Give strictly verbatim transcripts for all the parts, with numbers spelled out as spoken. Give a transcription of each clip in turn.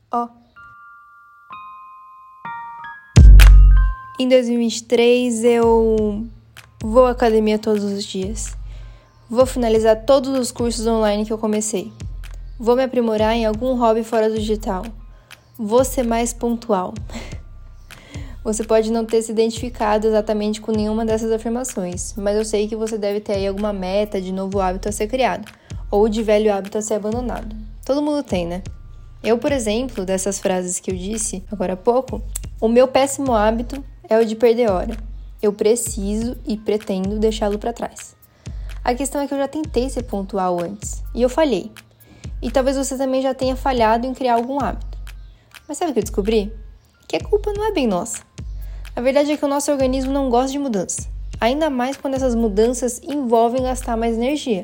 Ó. Em dois mil e vinte e três eu vou à academia todos os dias. Vou finalizar todos os cursos online que eu comecei. Vou me aprimorar em algum hobby fora do digital. Vou ser mais pontual. Você pode não ter se identificado exatamente com nenhuma dessas afirmações, mas eu sei que você deve ter aí alguma meta de novo hábito a ser criado, ou de velho hábito a ser abandonado. Todo mundo tem, né? Eu, por exemplo, dessas frases que eu disse agora há pouco, o meu péssimo hábito é o de perder hora. Eu preciso e pretendo deixá-lo para trás. A questão é que eu já tentei ser pontual antes, e eu falhei. E talvez você também já tenha falhado em criar algum hábito. Mas sabe o que eu descobri? Que a culpa não é bem nossa. A verdade é que o nosso organismo não gosta de mudança, ainda mais quando essas mudanças envolvem gastar mais energia.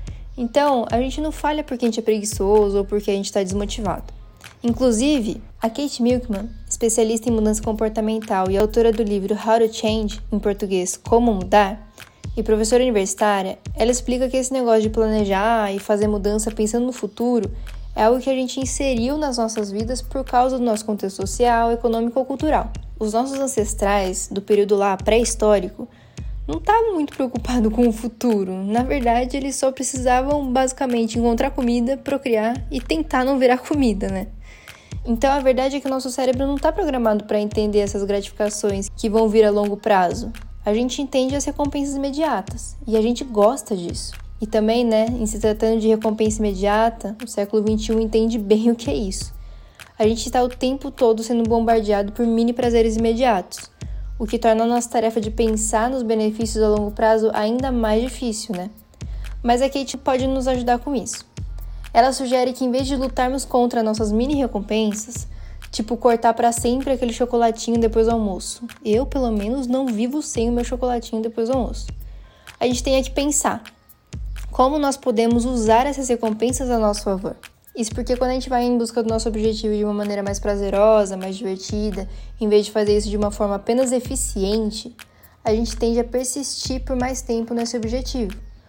Então, a gente não falha porque a gente é preguiçoso ou porque a gente está desmotivado. Inclusive, a Kate Milkman, especialista em mudança comportamental e autora do livro How to Change, em português, Como Mudar, e professora universitária, ela explica que esse negócio de planejar e fazer mudança pensando no futuro é algo que a gente inseriu nas nossas vidas por causa do nosso contexto social, econômico ou cultural. Os nossos ancestrais, do período lá pré-histórico, não estavam muito preocupados com o futuro. Na verdade, eles só precisavam basicamente encontrar comida, procriar e tentar não virar comida, né? Então, a verdade é que o nosso cérebro não está programado para entender essas gratificações que vão vir a longo prazo. A gente entende as recompensas imediatas e a gente gosta disso. E também, né, em se tratando de recompensa imediata, o século vinte e um entende bem o que é isso. A gente está o tempo todo sendo bombardeado por mini prazeres imediatos, o que torna a nossa tarefa de pensar nos benefícios a longo prazo ainda mais difícil, né? Mas a Kate pode nos ajudar com isso. Ela sugere que em vez de lutarmos contra nossas mini recompensas, tipo cortar para sempre aquele chocolatinho depois do almoço, eu, pelo menos, não vivo sem o meu chocolatinho depois do almoço, a gente tem que pensar como nós podemos usar essas recompensas a nosso favor. Isso porque quando a gente vai em busca do nosso objetivo de uma maneira mais prazerosa, mais divertida, em vez de fazer isso de uma forma apenas eficiente, a gente tende a persistir por mais tempo nesse objetivo.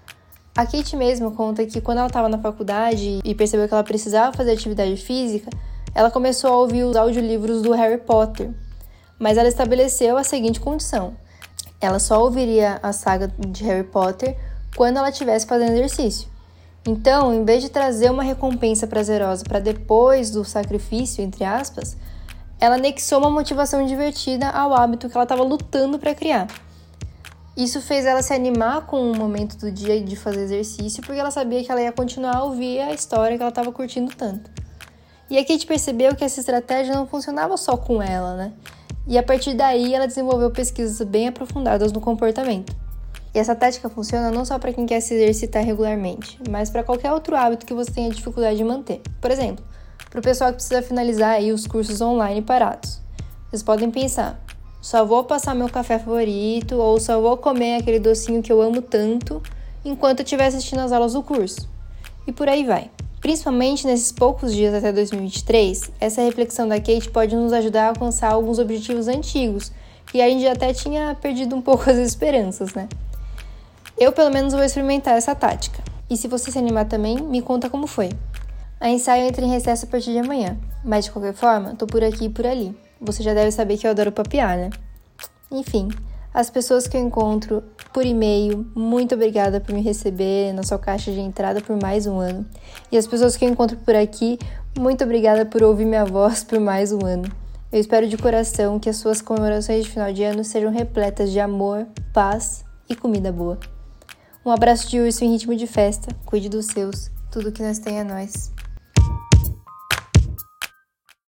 A Kate mesmo conta que quando ela estava na faculdade e percebeu que ela precisava fazer atividade física, ela começou a ouvir os audiolivros do Harry Potter, mas ela estabeleceu a seguinte condição: ela só ouviria a saga de Harry Potter quando ela estivesse fazendo exercício. Então, em vez de trazer uma recompensa prazerosa para depois do sacrifício, entre aspas, ela anexou uma motivação divertida ao hábito que ela estava lutando para criar. Isso fez ela se animar com o momento do dia de fazer exercício, porque ela sabia que ela ia continuar a ouvir a história que ela estava curtindo tanto. E a Kate percebeu que essa estratégia não funcionava só com ela, né? E a partir daí ela desenvolveu pesquisas bem aprofundadas no comportamento. E essa tática funciona não só para quem quer se exercitar regularmente, mas para qualquer outro hábito que você tenha dificuldade de manter. Por exemplo, para o pessoal que precisa finalizar aí os cursos online parados. Vocês podem pensar: só vou passar meu café favorito ou só vou comer aquele docinho que eu amo tanto enquanto eu estiver assistindo as aulas do curso. E por aí vai. Principalmente nesses poucos dias até dois mil e vinte e três, essa reflexão da Kate pode nos ajudar a alcançar alguns objetivos antigos, que a gente até tinha perdido um pouco as esperanças, né? Eu, pelo menos, vou experimentar essa tática. E se você se animar também, me conta como foi. A ensaio entra em recesso a partir de amanhã, mas de qualquer forma, tô por aqui e por ali. Você já deve saber que eu adoro papear, né? Enfim, as pessoas que eu encontro por e-mail, muito obrigada por me receber na sua caixa de entrada por mais um ano. E as pessoas que eu encontro por aqui, muito obrigada por ouvir minha voz por mais um ano. Eu espero de coração que as suas comemorações de final de ano sejam repletas de amor, paz e comida boa. Um abraço de urso em ritmo de festa, cuide dos seus, tudo que nós tem é nós.